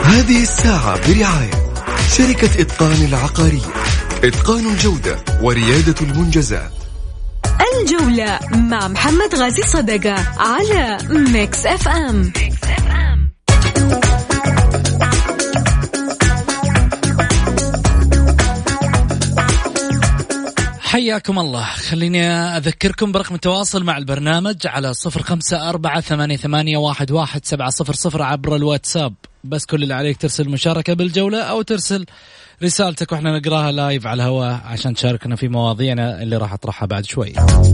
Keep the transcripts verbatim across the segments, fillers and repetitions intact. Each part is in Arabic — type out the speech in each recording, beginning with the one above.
هذه الساعة برعاية شركة إتقان العقارية، إتقان الجودة وريادة المنجزات. الجولة مع محمد غازي صدقة على ميكس اف ام. حياكم الله. خليني أذكركم برقم التواصل مع البرنامج على صفر خمسة أربعة ثمانية ثمانية واحد واحد سبعة صفر صفر عبر الواتساب. بس كل اللي عليك ترسل مشاركة بالجولة أو ترسل رسالتك وإحنا نقراها لايف على الهواء عشان تشاركنا في مواضيعنا اللي راح أطرحها بعد شوي.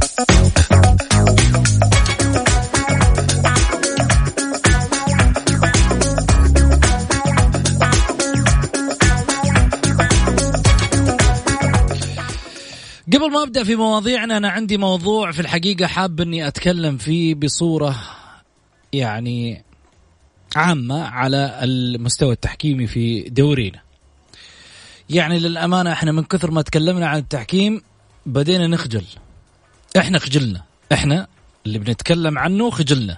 قبل ما أبدأ في مواضيعنا، أنا عندي موضوع في الحقيقة حاب أني أتكلم فيه بصورة يعني عامة على المستوى التحكيمي في دورينا. يعني للأمانة إحنا من كثر ما تكلمنا عن التحكيم بدينا نخجل. إحنا خجلنا، إحنا اللي بنتكلم عنه خجلنا.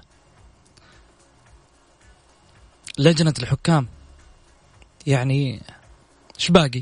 لجنة الحكام يعني إيش باقي؟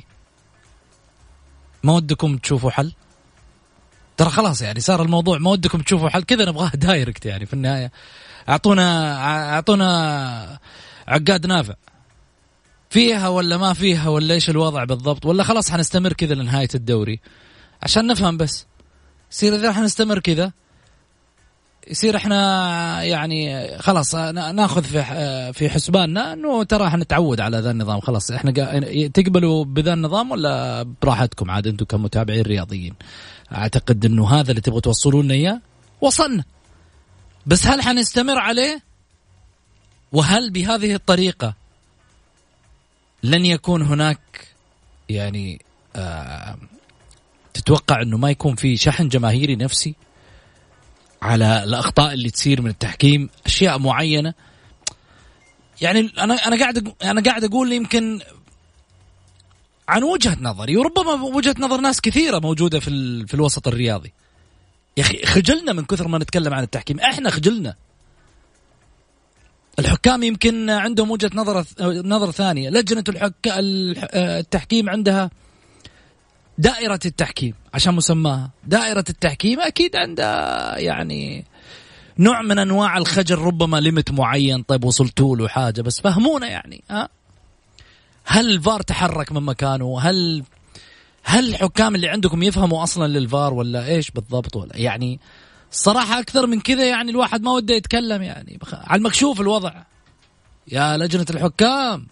ما ودكم تشوفوا حل؟ ترى خلاص يعني صار الموضوع ما ودكم تشوفوا حل كذا، نبغاه دايركت يعني في النهاية. أعطونا أعطونا عقاد نافع فيها ولا ما فيها ولا إيش الوضع بالضبط، ولا خلاص حنستمر كذا لنهاية الدوري عشان نفهم. بس يصير إذا حنستمر كذا يصير إحنا يعني خلاص ناخذ في في حسباننا إنه ترى حنتعود على ذا النظام. خلاص إحنا تقبلوا بذا النظام ولا براحتكم عاد أنتم كمتابعين رياضيين. أعتقد إنه هذا اللي تبغوا توصلوا لنا إياه وصلنا، بس هل حنستمر عليه؟ وهل بهذه الطريقة لن يكون هناك يعني آه تتوقع إنه ما يكون في شحن جماهيري نفسي على الأخطاء اللي تصير من التحكيم؟ أشياء معينة يعني أنا أنا قاعد أنا قاعد أقول يمكن عن وجهة نظري وربما وجهة نظر ناس كثيرة موجودة في في الوسط الرياضي. يا أخي خجلنا من كثر ما نتكلم عن التحكيم، إحنا خجلنا. الحكام يمكن عندهم وجهة نظر نظر ثانية. لجنة الحك التحكيم عندها دائرة التحكيم عشان مسماها دائرة التحكيم، أكيد عندها يعني نوع من أنواع الخجل، ربما ليمت معين. طيب وصلتوا له حاجة بس فهمونا يعني ها؟ هل الفار تحرك من مكانه؟ هل هل الحكام اللي عندكم يفهموا أصلا للفار ولا إيش بالضبط؟ ولا يعني الصراحة أكثر من كذا يعني الواحد ما وده يتكلم يعني بخ... على المكشوف الوضع يا لجنة الحكام.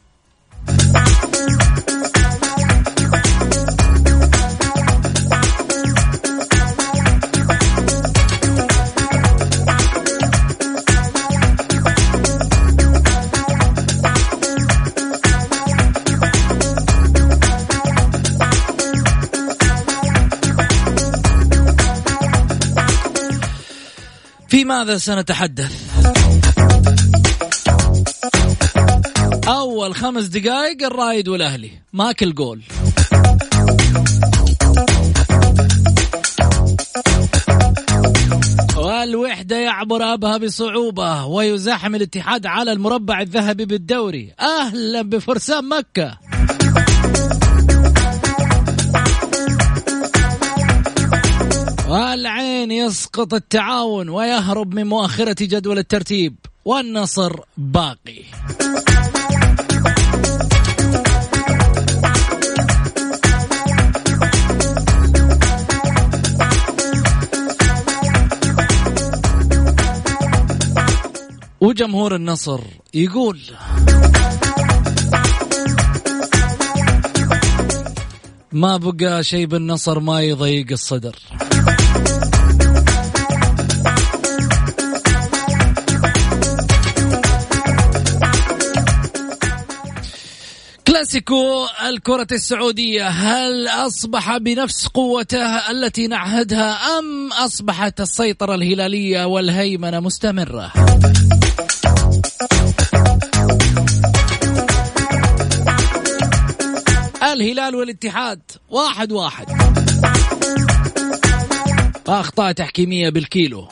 في ماذا سنتحدث؟ أول خمس دقائق الرايد والأهلي ماكل جول. والوحدة يعبر أبها بصعوبة ويزاحم الاتحاد على المربع الذهبي بالدوري. أهلا بفرسان مكة. والعين يسقط التعاون ويهرب من مؤخرة جدول الترتيب، والنصر باقي. وجمهور النصر يقول ما بقى شيء بالنصر ما يضيق الصدر. كلاسيكو الكرة السعودية، هل أصبح بنفس قوته التي نعهدها أم أصبحت السيطرة الهلالية والهيمنة مستمرة؟ الهلال والاتحاد واحد واحد، أخطاء تحكيمية بالكيلو.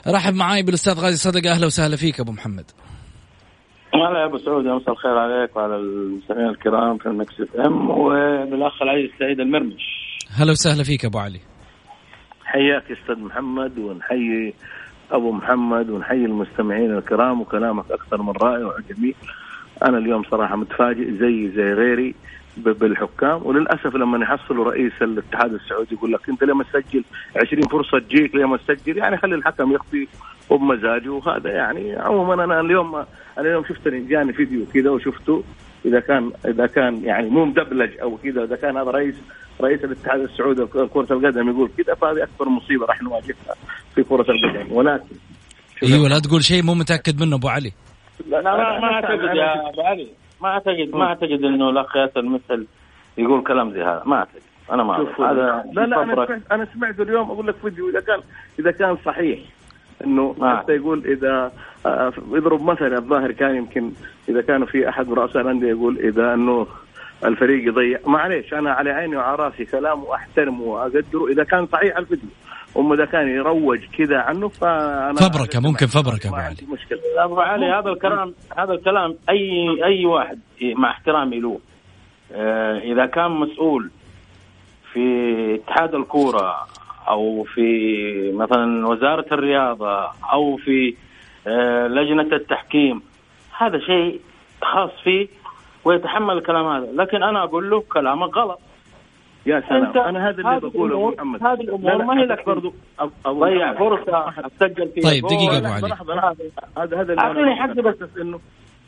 رحب معاي بالاستاذ غازي صدقة. اهلا وسهلا فيك ابو محمد. هلا يا ابو سعود، مساء الخير عليك وعلى المستمعين الكرام في المكس اف ام وللاخ العزيز سعيد المرمش. هلا وسهلا فيك ابو علي. حياك يا استاذ محمد، ونحيي ابو محمد ونحيي المستمعين الكرام، وكلامك اكثر من رائع وجميل. انا اليوم صراحه متفاجئ زي زي غيري بالحكام، وللاسف لما يحصلوا رئيس الاتحاد السعودي يقول لك انت لما تسجل عشرين فرصه تجيك لما تسجل، يعني خلي الحكم يقضي وبمزاجه. وهذا يعني عموما انا اليوم انا اليوم شفت جاني فيديو كذا وشفته، اذا كان اذا كان يعني مو مدبلج او كذا، اذا كان هذا رئيس رئيس الاتحاد السعودي لكرة القدم يقول كذا، فهذه اكبر مصيبه راح نواجهها في كرة القدم. ولكن ايوه لا تقول شيء مو متاكد منه ابو علي. لا ما ما اعتقد يا ابو علي، ما اعتقد ما اعتقد انه الاخ ياسر مثل يقول كلام زي هذا، ما اعتقد. انا ما أعرف. هذا لا لا انا سمعت انا سمعت اليوم اقول لك فيديو، اذا كان اذا كان صحيح انه حتى يقول اذا يضرب مثلا الظاهر كان يمكن اذا كانوا في احد رؤساء الانديه يقول اذا انه الفريق يضيع، معليش انا على عيني وعلى راسي كلام واحترمه واقدره اذا كان صحيح الفيديو. أما إذا كان يروج كذا عنه فأنا فبركة ممكن فبركة أبو علي. مشكلة أبو علي هذا الكلام هذا الكلام أي أي واحد مع احترامي له آه إذا كان مسؤول في اتحاد الكورة أو في مثلا وزارة الرياضة أو في آه لجنة التحكيم، هذا شيء خاص فيه ويتحمل الكلام هذا. لكن أنا أقول له كلامك غلط. يا سلام، أنا هذا اللي بقوله أبو محمد. هذه الأمور ما هي لك برضو ضيع فرصة أسجل فيها. طيب دقيقة أبو علي، هذا هذا اللي أنا حقي بس إنه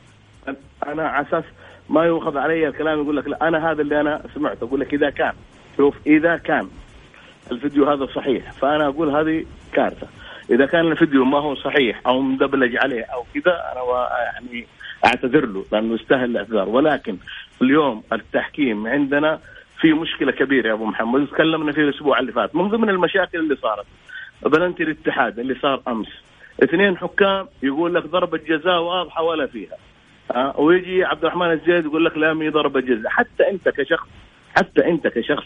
أنا على أساس ما يؤخذ علي الكلام يقول لك لا، أنا هذا اللي أنا سمعته. أقول لك إذا كان شوف إذا كان الفيديو هذا صحيح فأنا أقول هذه كارثة. إذا كان الفيديو ما هو صحيح أو مدبلج عليه أو كذا أنا يعني أعتذر له لأنه يستاهل الاعتذار. ولكن اليوم التحكيم عندنا في مشكلة كبيرة يا أبو محمد، تكلمنا فيه الأسبوع اللي فات. من ضمن المشاكل اللي صارت بلنتي الاتحاد اللي صار أمس، اثنين حكام يقول لك ضربة جزاء واضحة ولا فيها، أه؟ ويجي عبد الرحمن الزيد يقول لك لا مي ضربة جزاء. حتى أنت كشخص حتى أنت كشخص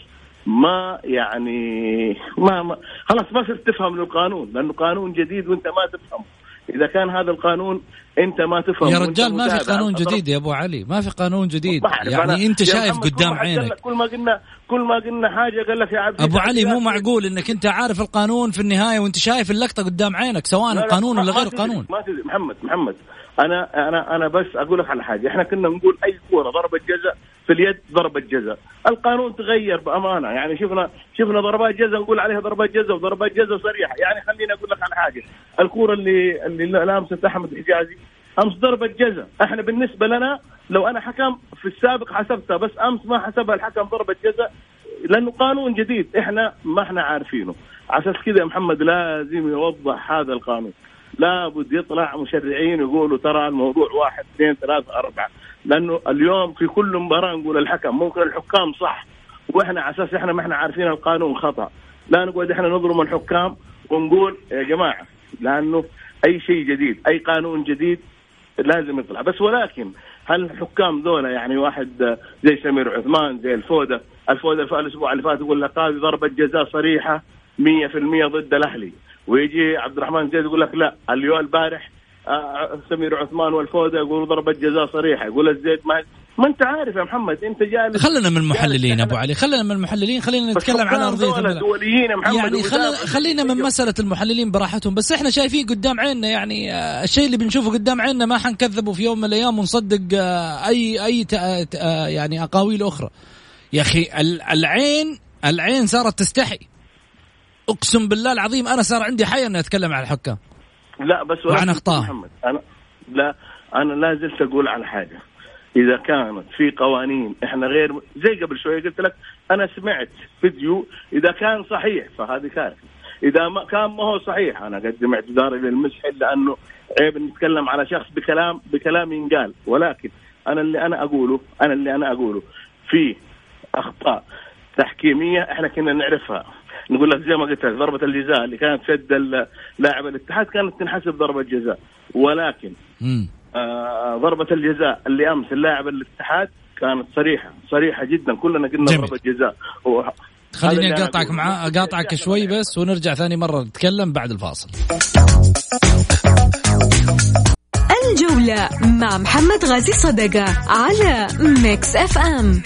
ما يعني ما, ما خلاص ما صرت تفهم القانون، لأنه قانون جديد وأنت ما تفهمه. إذا كان هذا القانون أنت ما تفهم يا رجال، ما في قانون جديد يا أبو علي، ما في قانون جديد. يعني أنت شايف قدام عينك. كل ما قلنا كل ما قلنا حاجة قال لك يا عبد أبو علي مو معقول إنك أنت عارف القانون في النهاية وأنت شايف اللقطة قدام عينك سواء القانون ولا غير القانون. ما تدري محمد محمد أنا أنا أنا بس أقول لك على حاجة. إحنا كنا نقول أي كورة ضربة جزاء في اليد ضربة جزاء. القانون تغير بأمانة، يعني شفنا شفنا ضربات جزاء نقول عليها ضربات جزاء وضربات جزاء صريحة. يعني خليني أقول لك على حاجة، الكورة اللي اللي لامست أحمد حجازي أمس ضربة جزاء. إحنا بالنسبة لنا لو أنا حكم في السابق حسبتها، بس أمس ما حسبها الحكم ضربة جزاء لأنه قانون جديد إحنا ما إحنا عارفينه. عساس كذا يا محمد لازم يوضح هذا القانون، لابد يطلع مشرعين يقولوا ترى الموضوع واحد اثنين ثلاثة أربعة. لأنه اليوم في كل مباراة نقول الحكم ممكن الحكام صح، وإحنا على أساس إحنا ما إحنا عارفين القانون خطأ. لا نقعد إحنا نظلم الحكام ونقول يا جماعة، لأنه أي شيء جديد أي قانون جديد لازم يطلع. بس ولكن هل الحكام ذولا يعني واحد زي سمير عثمان زي الفودة الفودة في الأسبوع اللي فات يقول لك هذه ضربة جزاء صريحة مية في المية ضد الأهلي، ويجي عبد الرحمن زيد يقول لك لا اليوم البارح آه سمير عثمان والفودة يقولوا ضربة جزاء صريحة، يقول الزيد ما ما انت عارف يا محمد. انت جالس خلنا من المحللين ابو علي، خلنا من المحللين، خلينا نتكلم عن ارضيه الملعب. يعني خلينا خلينا من مساله المحللين براحتهم، بس احنا شايفين قدام عيننا. يعني آه الشيء اللي بنشوفه قدام عيننا ما حنكذبه في يوم من الايام ونصدق آه اي اي آه يعني اقاويل اخرى. يا اخي العين العين صارت تستحي، اقسم بالله العظيم انا صار عندي حياة اني اتكلم عن الحكام. لا بس وعن اخطاء محمد، انا لا انا لا زلت اقول على حاجه. إذا كانت في قوانين إحنا غير زي قبل شوية قلت لك أنا سمعت فيديو إذا كان صحيح فهذه كارثة. إذا ما كان ما هو صحيح أنا أقدم اعتذاري للمسحل، لأنه عيب نتكلم على شخص بكلام بكلام ينقال. ولكن أنا اللي أنا أقوله أنا اللي أنا أقوله في أخطاء تحكيمية إحنا كنا نعرفها. نقول لك زي ما قلت لك ضربة الجزاء اللي كانت في يد اللاعب الاتحاد كانت تنحسب ضربة جزاء، ولكن م. آه ضربة الجزاء اللي أمس اللاعب الاتحاد كانت صريحة صريحة جدا، كلنا قلنا ضربة جزاء. خليني أقاطعك مع أقاطعك شوي بس ونرجع ثاني مرة نتكلم بعد الفاصل. الجولة مع محمد غازي صدقة على ميكس اف ام.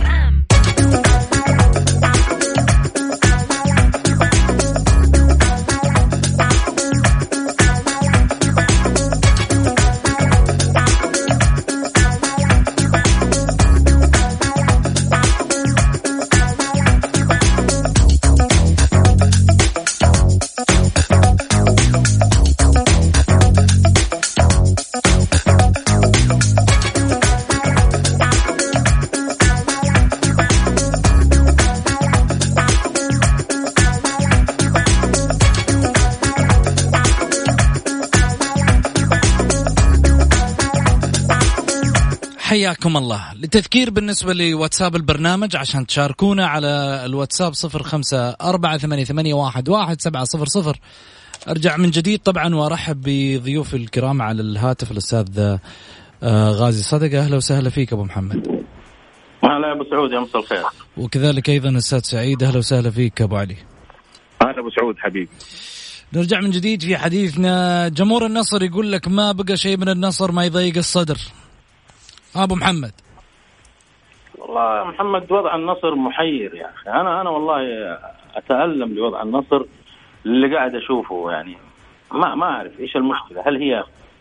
حياكم الله. للتذكير بالنسبة لواتساب البرنامج عشان تشاركونا على الواتساب صفر خمسة أربعة ثمانية ثمانية واحد واحد سبعة صفر صفر. أرجع من جديد طبعا وأرحب بضيوف الكرام على الهاتف الأستاذ غازي صدقة. أهلا وسهلا فيك أبو محمد. أهلا أبو سعود يا مساء الخير. وكذلك أيضا الأستاذ سعيد. أهلا وسهلا فيك أبو علي. أهلا أبو سعود حبيبي. نرجع من جديد في حديثنا. جمهور النصر يقول لك ما بقى شيء من النصر ما يضيق الصدر. أبو محمد. والله يا محمد وضع النصر محير يا أخي. أنا أنا والله أتألم لوضع النصر اللي قاعد أشوفه. يعني ما ما أعرف إيش المشكلة. هل هي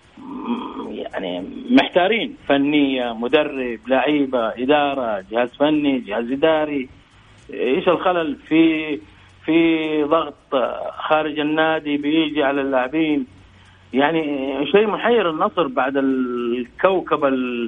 يعني محتارين فنية، مدرب، لعيبة، إدارة، جهاز فني، جهاز إداري؟ إيش الخلل في في ضغط خارج النادي بيجي على اللاعبين؟ يعني شيء محير النصر بعد الكوكب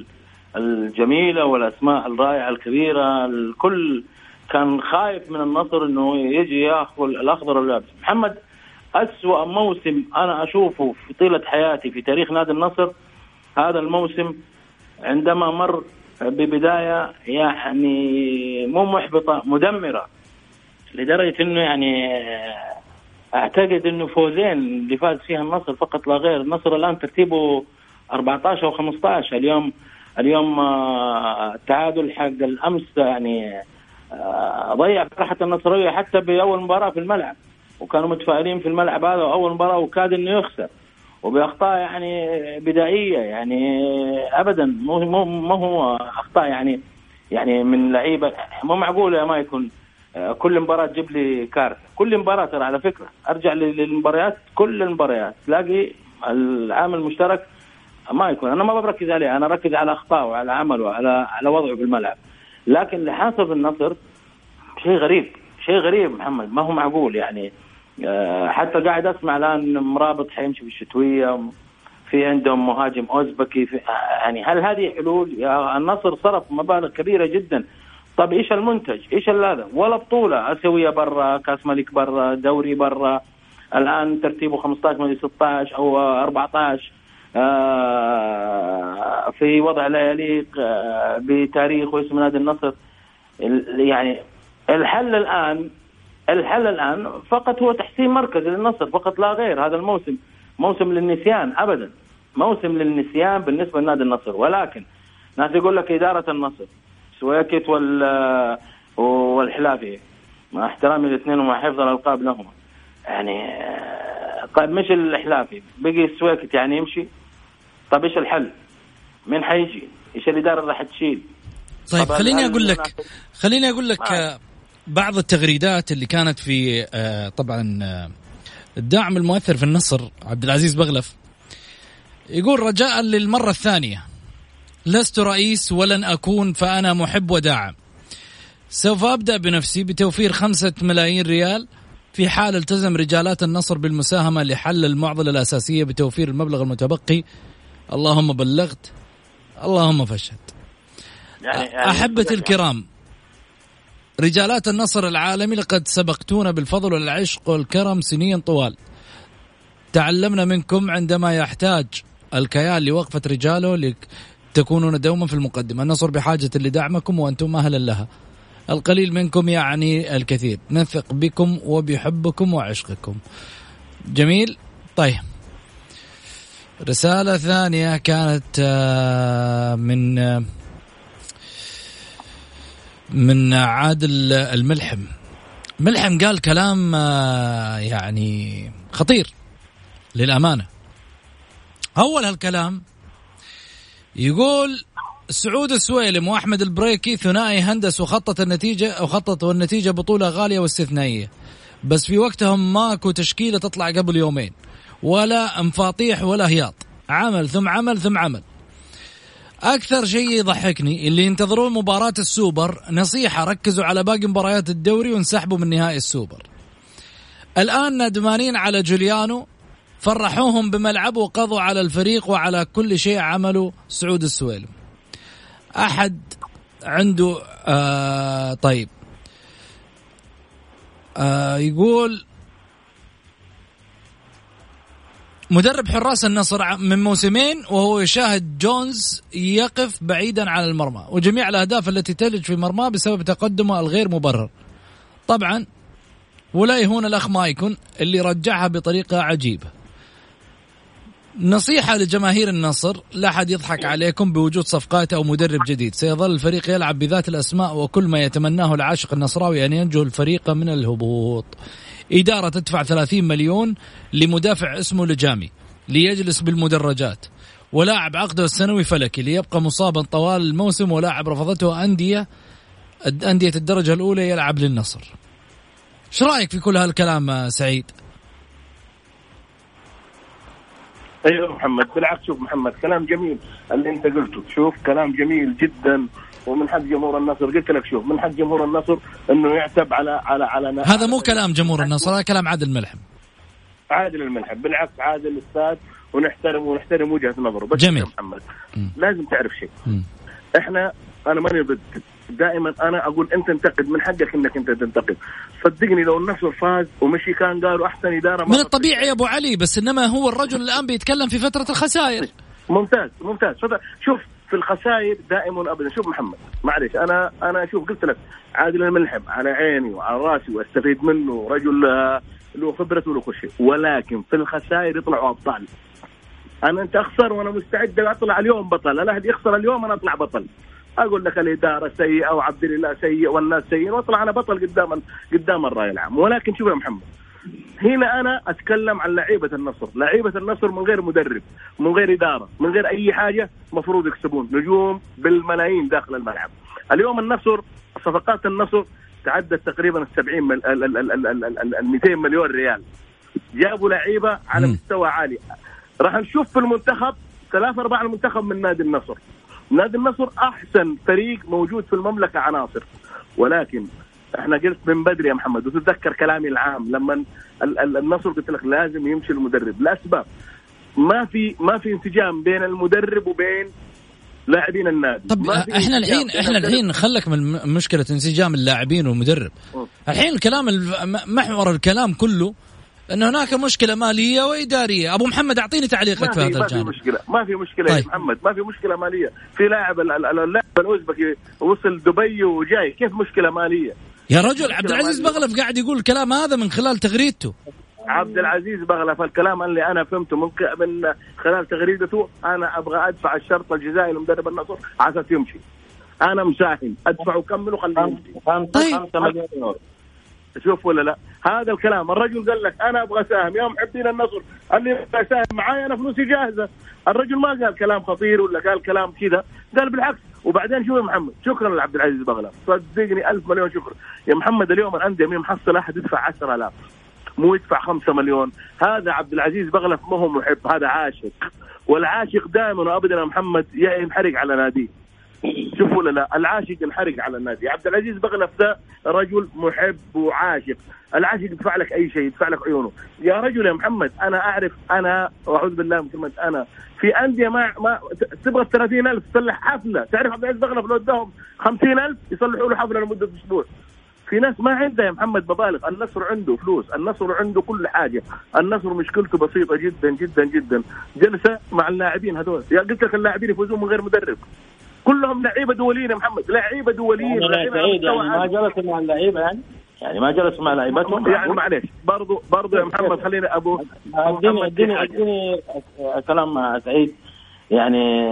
الجميلة والأسماء الرائعة الكبيرة. الكل كان خايف من النصر إنه يجي يأخذ الأخضر والأبيض. محمد أسوأ موسم أنا أشوفه في طيلة حياتي في تاريخ نادي النصر هذا الموسم، عندما مر ببداية يعني مو محبطة، مدمرة، لدرجة إنه يعني أعتقد إنه فوزين اللي فاز فيها النصر فقط لا غير. النصر الآن ترتيبه أربعة عشر أو خمسة عشر. اليوم اليوم التعادل حق الأمس يعني ضيع فرحة النصرية حتى بأول مباراة في الملعب، وكانوا متفائلين في الملعب هذا أول مباراة وكاد إنه يخسر وبأخطاء يعني بدائية. يعني أبدا مو مو ما هو أخطاء يعني يعني من لعيبة. مو معقول يا ما يكون كل مباراة تجيب لي كارثة. كل مباراة ترى على فكرة أرجع للمباريات، كل المباريات تلاقي العامل المشترك ما يكون. أنا ما بركز عليه، أنا ركز على أخطاء وعلى عمله وعلى على وضعه في الملعب. لكن اللي حاصل في النصر شيء غريب، شيء غريب محمد، ما هو معقول. يعني حتى قاعد أسمع الآن مرابط حيمشي في الشتوية، في عندهم مهاجم أوزبكي في يعني هل هذه حلول؟ يا النصر صرف مبالغ كبيرة جدا. طب إيش المنتج؟ إيش هذا؟ ولا بطولة آسيوية برا، كأس ملك برا، دوري برا، الآن ترتيبه خمسة عشر من ستة عشر أو أربعة عشر في وضع لا يليق بتاريخ واسم نادي النصر. يعني الحل الآن الحل الآن فقط هو تحسين مركز للنصر فقط لا غير. هذا الموسم موسم للنسيان أبدا، موسم للنسيان بالنسبة لنادي النصر. ولكن ناس يقول لك إدارة النصر سويكت وال والحلافي مع احترامي الاثنين ومع حفظ الألقاب لهم، يعني طيب مش الحلافي بقي السويكت يعني يمشي. طب إيش الحل؟ مين حيجي؟ إيش الإدارة راح تشيل؟ طيب خليني أقول لك خليني أقول لك آه. بعض التغريدات اللي كانت في آه طبعا آه الداعم المؤثر في النصر عبد العزيز بغلف يقول رجاء للمرة الثانية لست رئيس ولن أكون فأنا محب وداعم. سوف أبدأ بنفسي بتوفير خمسة ملايين ريال في حال التزم رجالات النصر بالمساهمة لحل المعضلة الأساسية بتوفير المبلغ المتبقي. اللهم بلغت اللهم فشهد. يعني أحبتي الكرام، رجالات النصر العالمي لقد سبقتونا بالفضل والعشق والكرم سنين طوال. تعلمنا منكم عندما يحتاج الكيان لوقفة رجاله لتكونون دوما في المقدمة. النصر بحاجة لدعمكم وأنتم أهلا لها. القليل منكم يعني الكثير. نثق بكم وبحبكم وعشقكم. جميل. طيب رسالة ثانية كانت من من عادل الملحم ملحم قال كلام يعني خطير للأمانة. أول هالكلام يقول سعود السويلم وأحمد البريكي ثنائي هندس وخطط النتيجة وخطط والنتيجة بطولة غالية واستثنائية، بس في وقتهم ماكو تشكيلة تطلع قبل يومين ولا مفاطيح ولا هياط، عمل ثم عمل ثم عمل. أكثر شيء يضحكني اللي ينتظرون مباراة السوبر، نصيحة ركزوا على باقي مباريات الدوري وانسحبوا من نهائي السوبر. الآن ندمانين على جوليانو، فرحوهم بملعبه وقضوا على الفريق وعلى كل شيء عملوا سعود السويلم. أحد عنده آه طيب آه يقول مدرب حراس النصر من موسمين وهو يشاهد جونز يقف بعيدا عن المرمى وجميع الأهداف التي تلج في مرماه بسبب تقدمه الغير مبرر طبعا، ولا يهون الأخ مايكون اللي رجعها بطريقة عجيبة. نصيحة لجماهير النصر، لا أحد يضحك عليكم بوجود صفقات أو مدرب جديد، سيظل الفريق يلعب بذات الأسماء وكل ما يتمناه العاشق النصراوي أن ينجو الفريق من الهبوط. إدارة تدفع ثلاثين مليون لمدافع اسمه لجامي ليجلس بالمدرجات، ولاعب عقده السنوي فلكي ليبقى مصابا طوال الموسم، ولاعب رفضته أندية أندية الدرجة الأولى يلعب للنصر. شو رأيك في كل هالكلام سعيد؟ ايوه محمد، بالعكس شوف محمد كلام جميل اللي انت قلته، شوف كلام جميل جدا، ومن حق جمهور النصر قلت لك شوف من حق جمهور النصر انه يعتب على على على هذا مو كلام جمهور النصر، هذا كلام عادل الملحم. عادل الملحم بالعكس عادل الاستاذ، ونحترم ونحترم وجهة نظره. بس جميل محمد م. لازم تعرف شيء، م. احنا انا ماني ضد، دائما انا اقول انت انتقد، من حقك انك انت تنتقد. صدقني لو النصر فاز ومشي كان قالوا احسن اداره من الطبيعي يا ابو علي، بس انما هو الرجل الان بيتكلم في فتره الخسائر. ممتاز ممتاز. شوف في الخسائر دائما ابدا. شوف محمد معلش، انا انا شوف قلت لك عادل الملحم على عيني وعلى راسي واستفيد منه، رجل له خبرته وله كل شيء، ولكن في الخسائر يطلعوا ابطال. انا انت اخسر وانا مستعد اطلع اليوم بطل، الاهلي يخسر اليوم انا اطلع بطل. اقول لك الاداره سيئه وعبد الله سيء والناس سيئين، واطلع انا بطل قدام قدام الراي العام. ولكن شوف يا محمد، هنا انا اتكلم عن لعيبه النصر، لعيبه النصر من غير مدرب، من غير اداره، من غير اي حاجه، مفروض يكسبون نجوم بالملايين داخل الملعب. اليوم النصر صفقات النصر تعدت تقريبا السبعين مل... ال ال ال ال ال ال مئتين مليون ريال، جابوا لعيبه على م. مستوى عالي. راح نشوف في المنتخب ثلاثة أربعة المنتخب من نادي النصر. نادي النصر أحسن فريق موجود في المملكة عناصر، ولكن احنا قلت من بدري يا محمد وتتذكر كلامي العام لما النصر قلت لك لازم يمشي المدرب لأسباب، ما في ما في انسجام بين المدرب وبين لاعبين النادي. طب احنا الحين احنا الحين خلك من مشكلة انسجام اللاعبين والمدرب. الحين الكلام محور الكلام كله أن هناك مشكلة مالية وإدارية. أبو محمد أعطيني تعليقك في هذا الجانب. ما في مشكلة ما في مشكلة طيب. يا محمد ما في مشكلة مالية. في لاعب اللاعب الأوزبكي وصل دبي وجاي، كيف مشكلة مالية يا رجل؟ عبد العزيز بغلف قاعد يقول الكلام هذا من خلال تغريدته. عبد العزيز بغلف الكلام اللي أنا فهمته من من خلال تغريدته، أنا أبغى أدفع الشرط الجزائي لمدرب النصر عشان يمشي، أنا مساهم أدفع وكمل وخليه يمشي. طيب شوف ولا لا هذا الكلام. الرجل قال لك أنا أبغى ساهم، يا محبين النصر اللي يبغى ساهم معايا أنا فلوسي جاهزة. الرجل ما قال كلام خطير ولا قال كلام كذا، قال بالعكس. وبعدين شوف يا محمد، شكرا لعبد العزيز بغلف، صدقني ألف مليون شكر يا محمد. اليوم الأندية مين محصل أحد يدفع عشرة آلاف، مو يدفع خمسة مليون. هذا عبد العزيز بغلف ما هو محب، هذا عاشق، والعاشق دائما وأبدا يا محمد ينحرق على ناديه. شوفوا ولا لا؟ العاشق ينحرق على النادي. عبد العزيز بغلف ده رجل محب وعاشق، العاشق يدفع لك أي شيء، يدفع لك عيونه يا رجل. يا محمد أنا أعرف، أنا وأعوذ بالله من كلمة أنا، في أندية ما ما تبغى ثلاثين ألف تصلح حفلة، تعرف عبد العزيز بغلف لو اداهم خمسين ألف يصلحوا له حفلة لمدة أسبوع. في ناس ما عندها يا محمد مبالغ. النصر عنده فلوس، النصر عنده كل حاجة. النصر مشكلته بسيطة جدا جدا جدا، جلسة مع اللاعبين هذول. يا قلت لك اللاعبين يفوزون من غير مدرب، كلهم لعيبه دوليين يا محمد، لعيبه دوليين. يعني ما جلس مع اللعيبه يعني يعني ما جلس مع لعيبتهم يعني معلش برضو برضو يا محمد خلينا ابو اديني اديني اديني كلام سعيد يعني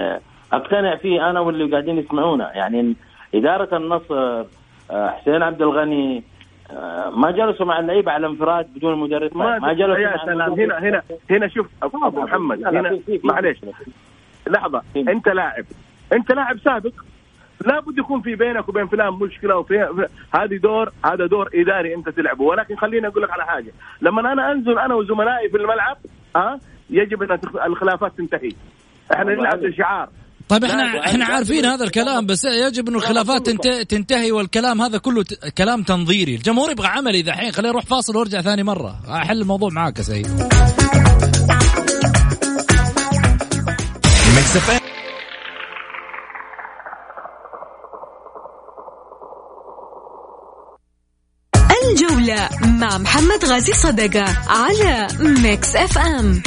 اقتنع فيه انا واللي قاعدين يسمعونا. يعني اداره النصر، حسين عبد الغني، ما جلسوا مع اللعيبة على انفراد بدون مدرب. ما, ما جلسوا يا سلام. هنا هنا هنا شوف أبو محمد، هنا معليش لحظة، أنت لاعب أنت لاعب سابق، لا بد يكون في بينك وبين فلان مشكلة، وفي هذه دور هذا دور إداري أنت تلعبه. ولكن خليني أقول لك على حاجة، لما أنا أنزل أنا وزملائي في الملعب ها يجب أن الخلافات تنتهي. إحنا نلعب الشعار. طيب احنا احنا عارفين هذا الكلام، بس يجب انه الخلافات تنتهي، والكلام هذا كله كلام تنظيري. الجمهور يبغى عملي دحين. خلينا نروح فاصل وارجع ثاني مرة احل الموضوع معاك يا سيد. الجولة مع محمد غازي صدقة على ميكس اف ام.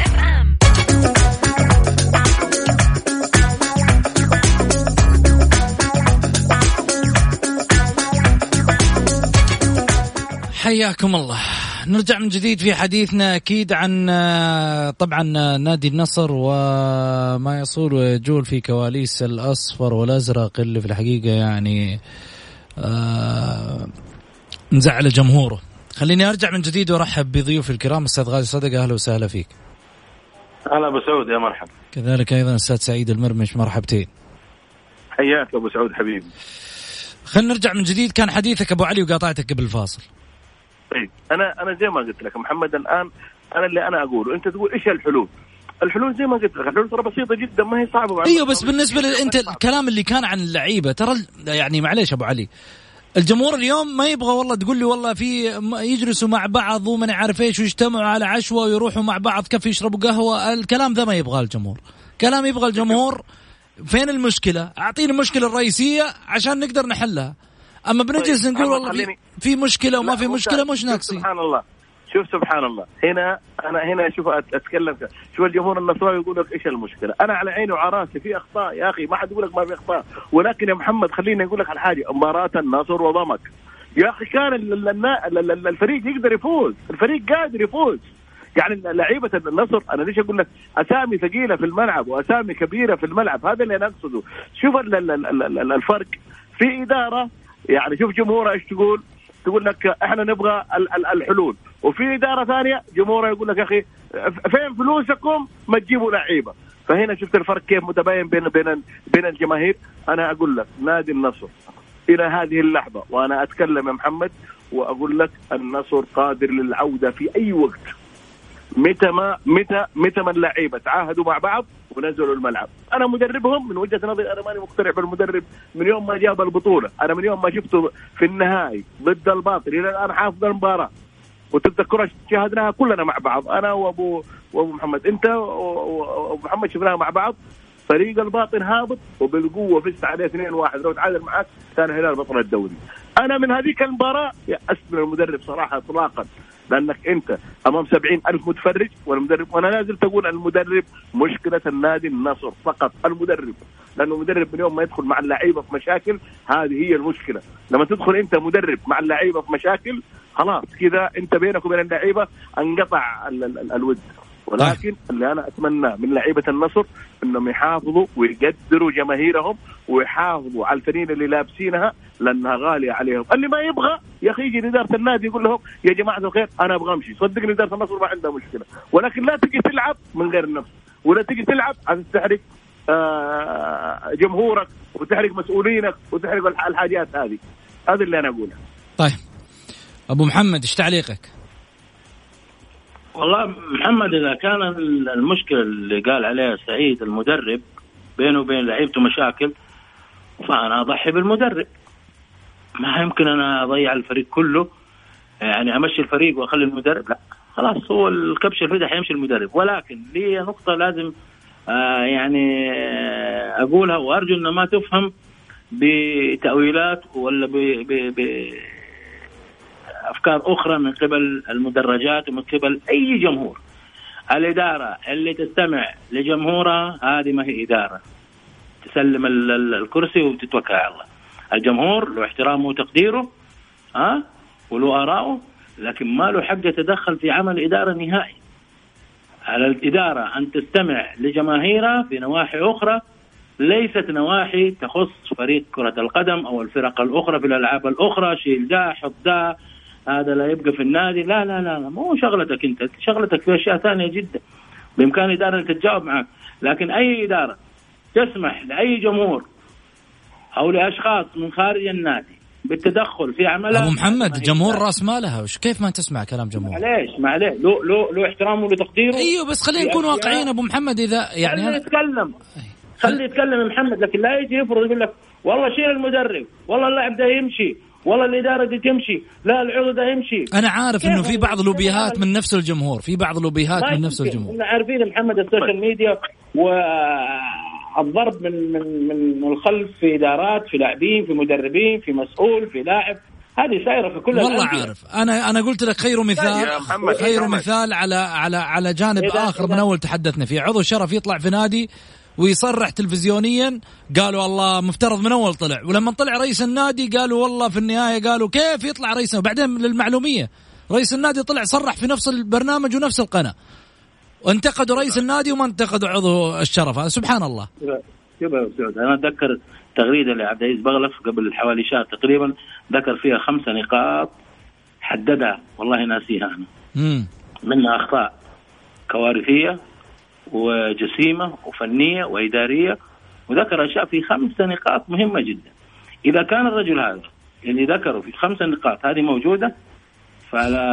حياكم الله. نرجع من جديد في حديثنا أكيد عن طبعا نادي النصر وما يصول ويجول في كواليس الأصفر والأزرق اللي في الحقيقة يعني آه مزعل جمهوره. خليني أرجع من جديد وأرحب بضيوف الكرام. أستاذ غازي صدقة أهلا وسهلا فيك. أهلا أبو سعود يا مرحبا. كذلك أيضا أستاذ سعيد المرمش مرحبتين. حياك أبو سعود حبيبي. خلينا نرجع من جديد. كان حديثك أبو علي وقاطعتك قبل الفاصل. طيب أنا أنا زي ما قلت لك محمد الآن أنا اللي أنا أقوله أنت تقول إيش الحلول. الحلول زي ما قلت لك الحلول ترى بسيطة جدا ما هي صعبة. أيوة بس بالنسبة لأنت الكلام اللي كان عن اللعيبة ترى يعني معليش أبو علي الجمهور اليوم ما يبغى والله تقول لي والله في يجلسوا مع بعض وما نعرف ايش ويجتمعوا على عشوة ويروحوا مع بعض كيف يشربوا قهوة. الكلام ذا ما يبغى الجمهور. كلام يبغى الجمهور فين المشكلة؟ أعطيني المشكلة الرئيسية عشان نقدر نحلها. أما بنجلس نقول والله في, في مشكلة وما في مشكلة مش ناقصين. سبحان الله شوف سبحان الله هنا أنا هنا شوف أتكلم شوف الجمهور النصراوي يقول لك إيش المشكلة. أنا على عيني وعراسي في أخطاء يا أخي ما حد يقول لك ما في أخطاء. ولكن يا محمد خليني أقول لك على حاجة. مباراة النصر وضمك يا أخي كان الفريق يقدر يفوز. الفريق قادر يفوز يعني لعيبة النصر. أنا ليش أقول لك أسامي ثقيلة في الملعب وأسامي كبيرة في الملعب. هذا اللي نقصده. شوف الفرق في إدارة يعني شوف جمهورها إيش تقول. تقول لك احنا نبغى الحلول. وفي إدارة ثانية جمهورها يقول لك يا أخي فين فلوسكم ما تجيبوا لعيبة. فهنا شفت الفرق كيف متباين بين بين بين الجماهير. أنا أقول لك نادي النصر إلى هذه اللحظة وأنا أتكلم يا محمد وأقول لك النصر قادر للعودة في أي وقت متى ما متى متى ما اللعيبة تعاهدوا مع بعض ونزلوا الملعب. أنا مدربهم من وجهة نظري أنا ماني مقتنع بالمدرب من يوم ما جاب البطولة. أنا من يوم ما شفته في النهائي ضد الباطل إلى الآن حافظ المباراة وتتذكروا شاهدناها كلنا مع بعض أنا وأبو وأبو محمد أنت وأبو محمد شفناها مع بعض. فريق الباطن هابط وبالقوة فزت عليه اثنين واحد. لو تعادل معك كان هلال بطل الدوري. أنا من هذيك المباراة يأست من المدرب صراحة إطلاقا لأنك أنت أمام سبعين ألف متفرج والمدرب. وأنا لازم تقول المدرب مشكلة النادي النصر فقط المدرب. لأنه المدرب من يوم ما يدخل مع اللعيبة في مشاكل هذه هي المشكلة. لما تدخل أنت مدرب مع اللعيبة في مشاكل خلاص كذا أنت بينك وبين اللعيبة انقطع الود. ولكن اللي أنا أتمنى من لعيبة النصر أنهم يحافظوا ويقدروا جماهيرهم ويحافظوا على الفنين اللي لابسينها لأنها غالية عليهم. اللي ما يبغى يا أخي يجي إدارة النادي يقول لهم يا جماعة الخير أنا أبغى أمشي. صدقني إدارة النصر ما عندها مشكلة. ولكن لا تجي تلعب من غير النفس ولا تجي تلعب عشان تحرق جمهورك وتحرق مسؤولينك وتحرق الحاجات هذه. هذا اللي أنا أقوله. طيب أبو محمد إيش تعليقك؟ والله محمد إذا كان المشكلة اللي قال عليها سعيد المدرب بينه وبين لعيبته مشاكل فأنا أضحي بالمدرب. ما يمكن أنا أضيع الفريق كله يعني أمشي الفريق وأخلي المدرب لا خلاص هو الكبش الفدح يمشي المدرب. ولكن لي نقطة لازم آه يعني آه أقولها وأرجو أن ما تفهم بتأويلات ولا ب ب ب أفكار أخرى من قبل المدرجات ومن قبل أي جمهور. الإدارة اللي تستمع لجمهورها هذه ما هي إدارة تسلم الكرسي وتتوكل على الله. الجمهور له احترامه وتقديره ها وله آراءه لكن ما له حق يتدخل في عمل إدارة نهائي. على الإدارة أن تستمع لجماهيرها في نواحي أخرى ليست نواحي تخص فريق كرة القدم أو الفرق الأخرى في الألعاب الأخرى. شيل دا حط دا هذا لا يبقى في النادي. لا لا لا, لا. مو شغلتك أنت, شغلتك في أشياء ثانية جدا بإمكان إدارة أن تتجاوب معك. لكن أي إدارة تسمح لأي جمهور أو لأشخاص من خارج النادي بالتدخل في عملها. أبو محمد جمهور رأس مالها, وش كيف ما تسمع كلام جمهور؟ معليش معليش لو لو لو احترامه ولتقديره. أيوه بس خلينا نكون واقعيين أبو محمد. إذا يعني خلي يتكلم خلي يتكلم محمد, لكن لا يجي يفرض يقول لك والله شيل المدرب, والله اللاعب ده يمشي, والله الإدارة دي تمشي, لا العضو ده يمشي. أنا عارف إنه في بعض لوبيهات من نفس الجمهور, في بعض لوبيهات من نفس الجمهور. إحنا عارفين محمد السوشيال ميديا والضرب من من من الخلف في إدارات, في لاعبين, في مدربين, في مسؤول, في لاعب, هذه سائرة في كل والله عارف. أنا أنا قلت لك خير مثال خير مثال على على على جانب آخر من أول تحدثنا فيه. عضو شرف يطلع في نادي ويصرح تلفزيونيا, قالوا الله مفترض من أول طلع, ولما طلع رئيس النادي قالوا والله في النهاية قالوا كيف يطلع رئيس. وبعدين للمعلومية رئيس النادي طلع صرح في نفس البرنامج ونفس القناة, وانتقدوا رئيس النادي وما انتقدوا عضو الشرف. سبحان الله. شوف يا سعود, أنا أتذكر تغريدة لعبد العزيز بغلف قبل حوالي شهر تقريبا, ذكر فيها خمسة نقاط حددها والله ناسيها أنا, مم. منها أخطاء كوارثية وجسيمة وفنية وإدارية, وذكر أشياء في خمسة نقاط مهمة جدا. إذا كان الرجل هذا اللي ذكره في خمسة نقاط هذه موجودة, فلا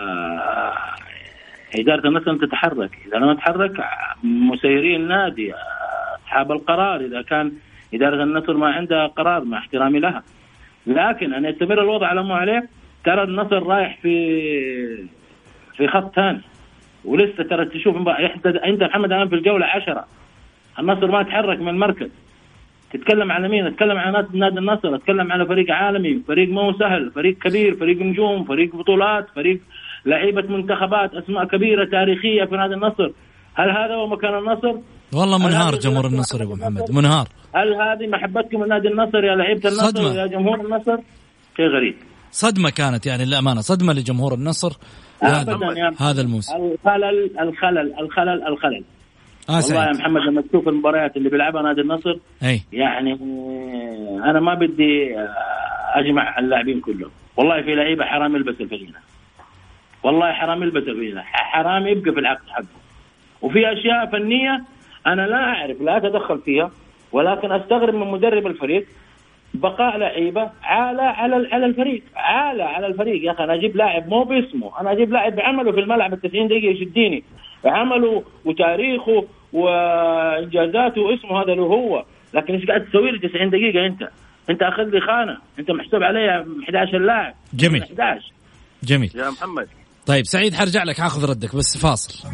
إدارة النصر تتحرك. إذا لم تتحرك مسيرين النادي أصحاب القرار, إذا كان إدارة النصر ما عندها قرار مع احترامي لها, لكن أن يستمر الوضع على ما عليه. ترى النصر رايح في في خط ثاني, ولسه ترى تشوف أنت محمد الآن في الجولة عشرة, النصر ما تحرك من المركز. تتكلم على مين؟ تتكلم على ناس نادي النصر, تتكلم على فريق عالمي, فريق مو سهل, فريق كبير, فريق نجوم, فريق بطولات, فريق لعيبة منتخبات, أسماء كبيرة تاريخية في نادي النصر. هل هذا هو مكان النصر؟ والله منهار جمهور النصر يا أبو محمد, منهار. هل هذه محبتكم من نادي النصر يا لعيبة النصر صدمة. يا جمهور النصر شيء غريب, صدمة كانت يعني للأمانة, صدمة لجمهور النصر هذا, هذا الموسم. الخلل الخلل الخلل الخلل آه والله يا محمد لما تشوف المباريات اللي بيلعبها نادي النصر أي. يعني أنا ما بدي أجمع اللاعبين كلهم, والله في لعيبة حرام يلبس الفريق, والله حرام يلبس الفريق, حرام يبقى في العقد حقه. وفي أشياء فنية أنا لا أعرف, لا أتدخل فيها, ولكن أستغرب من مدرب الفريق بقاء لعيبة عالة على على الفريق, عالة على الفريق. يا أخي أنا أجيب لاعب مو باسمه, أنا أجيب لاعب بعمله في الملعب التسعين دقيقة يشديني, عمله وتاريخه وإنجازاته واسمه هذا اللي هو, لكن إيش قاعد تسوي لي تسعين دقيقة؟ أنت أنت أخذ لي خانة, أنت محسوب عليها إحدى عشر لاعب. جميل إحدى عشر. جميل يا محمد. طيب سعيد حرجع لك, هاخذ ردك بس فاصل.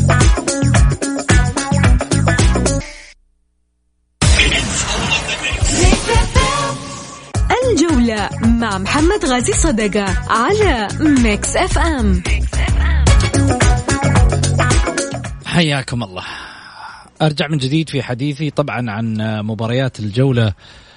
الجولة مع محمد غازي صدقة على ميكس اف ام. حياكم الله. أرجع من جديد في حديثي طبعا عن مباريات الجولة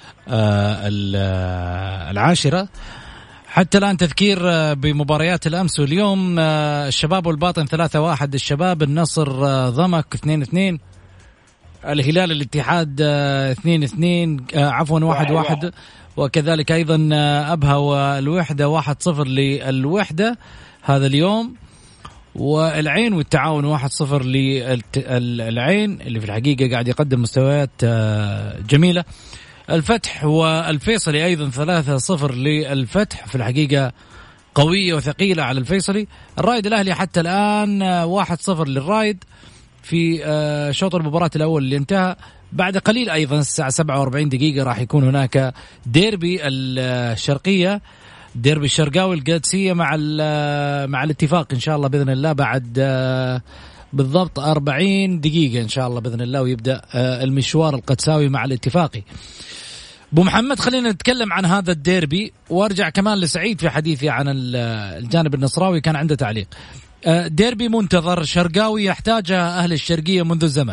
العاشرة. حتى الآن تذكير بمباريات الأمس واليوم. الشباب والباطن ثلاثة واحد الشباب, النصر ضمك اثنين اثنين, الهلال الاتحاد اثنين اثنين عفوا واحد واحد, وكذلك أيضا أبها والوحدة واحد صفر للوحدة هذا اليوم, والعين والتعاون واحد صفر للعين اللي في الحقيقة قاعد يقدم مستويات جميلة. الفتح والفيصلي أيضا ثلاثة صفر للفتح, في الحقيقة قوية وثقيلة على الفيصلي. الرائد الأهلي حتى الآن واحد صفر للرائد في شوط المباراة الأول اللي انتهى. بعد قليل أيضا الساعة سبعة وأربعين دقيقة راح يكون هناك ديربي الشرقية, ديربي الشرقاوي القادسية مع مع الاتفاق إن شاء الله بإذن الله بعد بالضبط أربعين دقيقة إن شاء الله بإذن الله, ويبدأ المشوار القدساوي مع الاتفاقي. أبو محمد خلينا نتكلم عن هذا الديربي, وارجع كمان لسعيد في حديثي عن الجانب النصراوي كان عنده تعليق. ديربي منتظر شرقاوي يحتاجها أهل الشرقية منذ الزمن.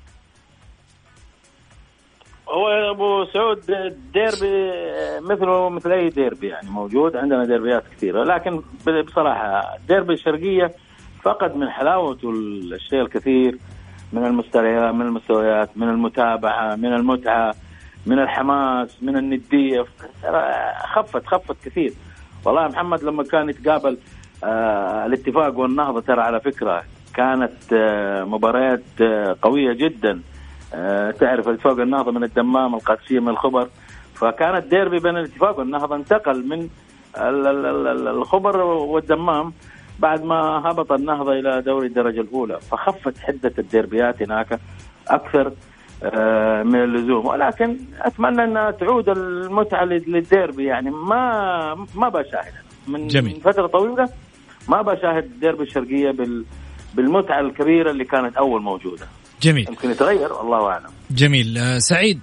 هو يا أبو سعود ديربي مثله مثل أي ديربي يعني موجود, عندنا ديربيات كثيرة, لكن بصراحة ديربي الشرقية فقد من حلاوته الشيء الكثير من المستويات من المستويات من المتابعة, من المتعة, من الحماس, من الندية, خفت خفت كثير. والله يا محمد لما كان يتقابل آه الاتفاق والنهضة ترى على فكرة كانت آه مباريات آه قوية جدا. آه تعرف الاتفاق والنهضة من الدمام، القادسية من الخبر، فكانت ديربي بين الاتفاق والنهضة انتقل من الخبر والدمام بعد ما هبط النهضة إلى دوري الدرجة الأولى، فخفت حدة الديربيات هناك أكثر من اللزوم. ولكن أتمنى أن تعود المتعة للديربي، يعني ما ما بشاهد من جميل. فترة طويلة ما بشاهد ديربي الشرقية بالمتعة الكبيرة اللي كانت أول موجودة. جميل. يمكن يتغير والله أعلم. جميل. آه سعيد.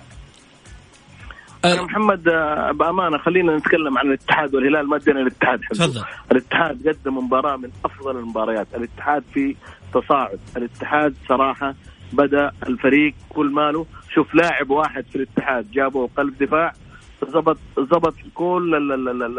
يا محمد بأمانة خلينا نتكلم عن الاتحاد والهلال، ما ادينا الاتحاد حلو. الاتحاد قدم مباراة من أفضل المباريات، الاتحاد في تصاعد، الاتحاد صراحة بدأ الفريق كل ماله. شوف لاعب واحد في الاتحاد جابوا قلب دفاع، زبط زبط كل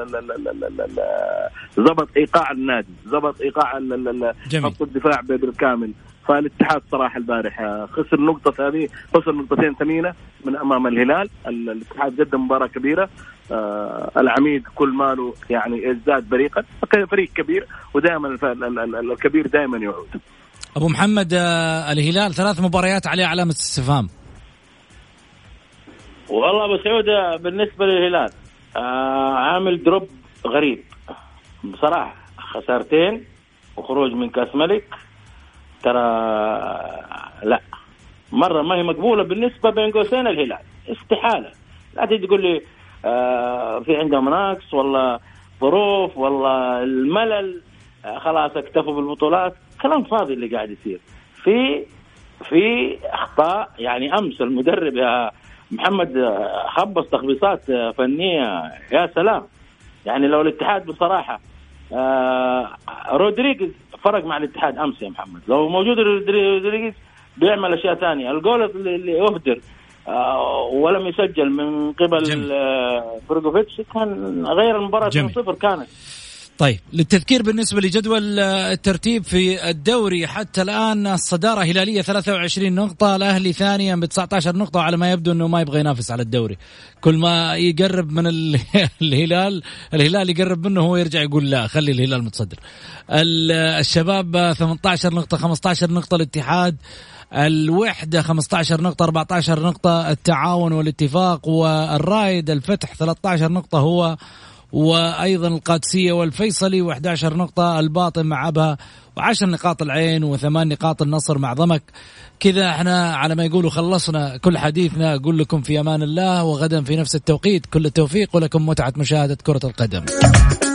زبط إيقاع النادي، زبط إيقاع خط الدفاع بالكامل. فالاتحاد صراحة البارحة خسر نقطة، هذه خسر نقطتين ثمينة من أمام الهلال. الاتحاد قدم مباراة كبيرة. آه العميد كل ماله يعني يزداد بريقا، فريق كبير ودائما الكبير دائما يعود. أبو محمد، آه الهلال ثلاث مباريات عليه علامة استفهام. والله أبو سعود بالنسبة للهلال آه عامل دروب غريب بصراحة، خسارتين وخروج من كاس ملك، ترى لا مرة ما هي مقبولة بالنسبة بين قوسين الهلال. استحالة، لا تيجي تقول لي آه في عندهم نقص ولا ظروف ولا الملل، آه خلاص اكتفوا بالبطولات، كلام فاضي اللي قاعد يصير. في في أخطاء، يعني أمس المدرب يا محمد خبص تخبيصات فنية يا سلام. يعني لو الاتحاد بصراحة آه رودريغيز فرق مع الاتحاد أمس يا محمد، لو موجود رودريغيز بيعمل أشياء ثانية. الجول اللي أهدر آه ولم يسجل من قبل آه بروغوفيتش كان غير المباراة اثنين صفر كانت. طيب للتذكير بالنسبة لجدول الترتيب في الدوري حتى الآن، الصدارة هلالية ثلاثة وعشرين نقطة، الأهلي ثانيا ب تسعة عشر نقطة، على ما يبدو أنه ما يبغى ينافس على الدوري. كل ما يقرب من الهلال الهلال يقرب منه هو يرجع يقول لا خلي الهلال متصدر. الشباب ثمانية عشر نقطة، خمسة عشر نقطة الاتحاد، الوحدة خمسة عشر نقطة، أربعة عشر نقطة التعاون والاتفاق، والرائد الفتح ثلاثة عشر نقطة هو، وأيضا القادسية والفيصلي وإحدى عشرة نقطة الباطن مع عبها، وعشر نقاط العين، وثمان نقاط النصر مع ضمك. كذا احنا على ما يقولوا خلصنا كل حديثنا. أقول لكم في أمان الله، وغدا في نفس التوقيت كل التوفيق، ولكم متعة مشاهدة كرة القدم.